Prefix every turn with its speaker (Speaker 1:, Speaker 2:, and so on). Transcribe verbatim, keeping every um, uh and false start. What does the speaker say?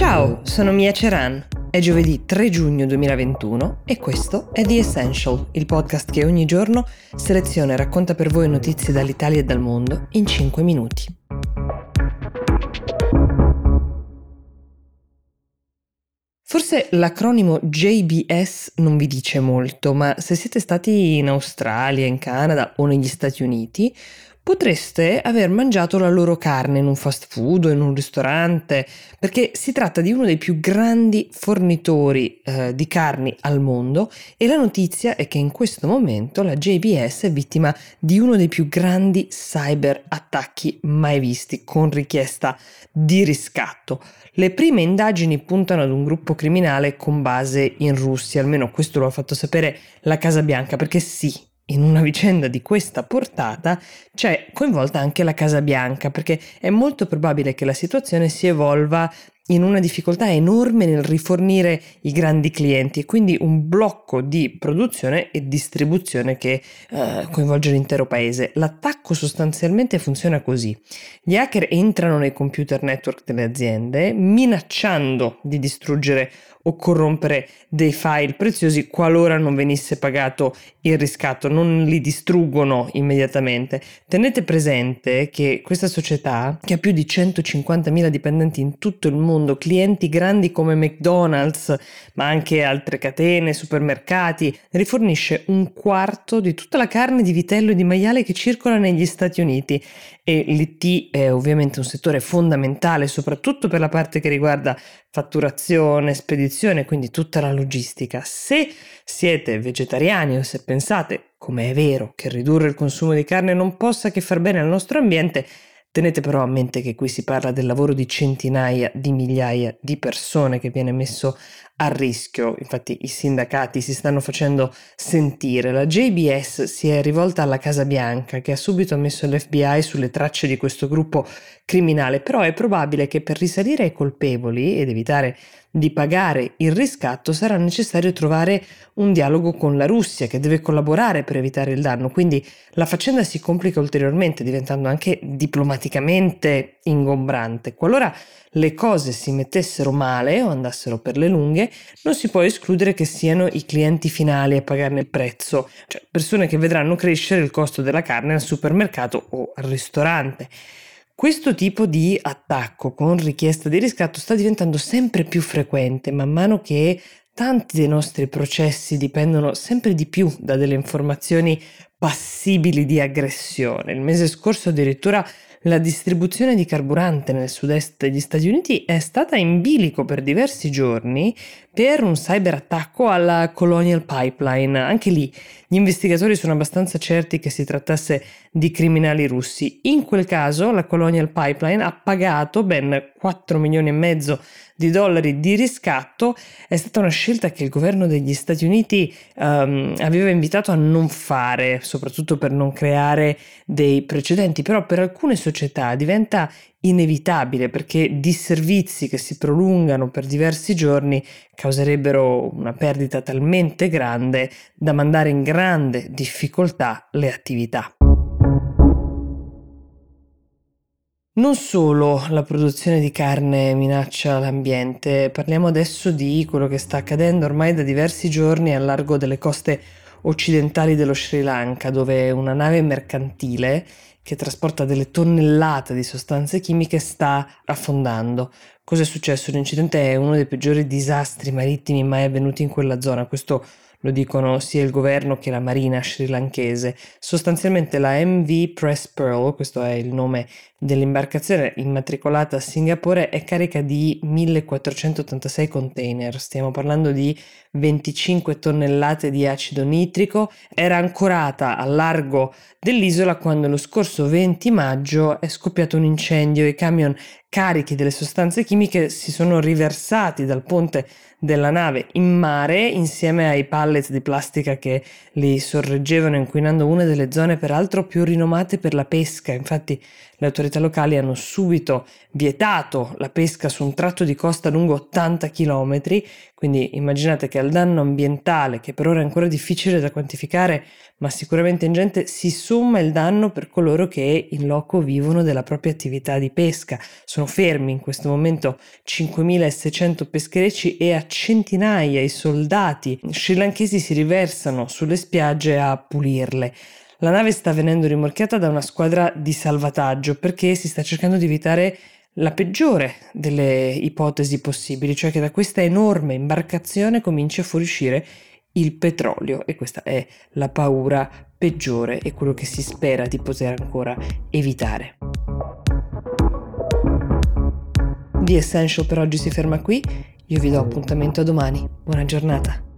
Speaker 1: Ciao, sono Mia Ceran. È giovedì tre giugno duemilaventuno e questo è The Essential, il podcast che ogni giorno seleziona e racconta per voi notizie dall'Italia e dal mondo in cinque minuti. Forse l'acronimo J B S non vi dice molto, ma se siete stati in Australia, in Canada o negli Stati Uniti, potreste aver mangiato la loro carne in un fast food o in un ristorante, perché si tratta di uno dei più grandi fornitori eh, di carni al mondo e la notizia è che in questo momento la J B S è vittima di uno dei più grandi cyber attacchi mai visti, con richiesta di riscatto. Le prime indagini puntano ad un gruppo criminale con base in Russia, almeno questo lo ha fatto sapere la Casa Bianca, perché sì, in una vicenda di questa portata c'è coinvolta anche la Casa Bianca, perché è molto probabile che la situazione si evolva in una difficoltà enorme nel rifornire i grandi clienti e quindi un blocco di produzione e distribuzione che eh, coinvolge l'intero paese. L'attacco sostanzialmente funziona così: gli hacker entrano nei computer network delle aziende minacciando di distruggere o corrompere dei file preziosi qualora non venisse pagato il riscatto, non li distruggono immediatamente. Tenete presente che questa società, che ha più di centocinquantamila dipendenti in tutto il mondo, clienti grandi come McDonald's, ma anche altre catene, supermercati, rifornisce un quarto di tutta la carne di vitello e di maiale che circola negli Stati Uniti. E l'I T è ovviamente un settore fondamentale, soprattutto per la parte che riguarda fatturazione, spedizione, quindi tutta la logistica. Se siete vegetariani o se pensate, come è vero, che ridurre il consumo di carne non possa che far bene al nostro ambiente, tenete però a mente che qui si parla del lavoro di centinaia di migliaia di persone che viene messo a rischio. Infatti i sindacati si stanno facendo sentire. La J B S si è rivolta alla Casa Bianca, che ha subito messo l'F B I sulle tracce di questo gruppo criminale, però è probabile che per risalire ai colpevoli ed evitare di pagare il riscatto sarà necessario trovare un dialogo con la Russia, che deve collaborare per evitare il danno. Quindi la faccenda si complica ulteriormente, diventando anche diplomaticamente ingombrante. Qualora le cose si mettessero male o andassero per le lunghe, non si può escludere che siano i clienti finali a pagarne il prezzo, cioè persone che vedranno crescere il costo della carne al supermercato o al ristorante. Questo tipo di attacco con richiesta di riscatto sta diventando sempre più frequente man mano che tanti dei nostri processi dipendono sempre di più da delle informazioni passibili di aggressione. Il mese scorso addirittura la distribuzione di carburante nel sud-est degli Stati Uniti è stata in bilico per diversi giorni per un cyberattacco alla Colonial Pipeline. Anche lì gli investigatori sono abbastanza certi che si trattasse di criminali russi. In quel caso la Colonial Pipeline ha pagato ben quattro milioni e mezzo di dollari di riscatto. È stata una scelta che il governo degli Stati Uniti um, aveva invitato a non fare, soprattutto per non creare dei precedenti, però per alcune società diventa inevitabile, perché disservizi che si prolungano per diversi giorni causerebbero una perdita talmente grande da mandare in grande difficoltà le attività. Non solo la produzione di carne minaccia l'ambiente, parliamo adesso di quello che sta accadendo ormai da diversi giorni al largo delle coste occidentali dello Sri Lanka, dove una nave mercantile che trasporta delle tonnellate di sostanze chimiche sta affondando. Cosa è successo? L'incidente è uno dei peggiori disastri marittimi mai avvenuti in quella zona. Questo lo dicono sia il governo che la marina srilankese. Sostanzialmente la M V Press Pearl, questo è il nome dell'imbarcazione immatricolata a Singapore, è carica di millequattrocentottantasei container. Stiamo parlando di venticinque tonnellate di acido nitrico. Era ancorata al largo dell'isola quando lo scorso venti maggio è scoppiato un incendio. I camion carichi delle sostanze chimiche si sono riversati dal ponte della nave in mare insieme ai pallet di plastica che li sorreggevano, inquinando una delle zone peraltro più rinomate per la pesca. Infatti Le autorità locali hanno subito vietato la pesca su un tratto di costa lungo ottanta chilometri, quindi immaginate che al danno ambientale, che per ora è ancora difficile da quantificare, ma sicuramente ingente, si somma il danno per coloro che in loco vivono della propria attività di pesca. Sono fermi in questo momento cinquemilaseicento pescherecci e a centinaia i soldati srilankesi si riversano sulle spiagge a pulirle. La nave sta venendo rimorchiata da una squadra di salvataggio perché si sta cercando di evitare la peggiore delle ipotesi possibili, cioè che da questa enorme imbarcazione cominci a fuoriuscire il petrolio, e questa è la paura peggiore e quello che si spera di poter ancora evitare. The Essential per oggi si ferma qui, io vi do appuntamento a domani, buona giornata.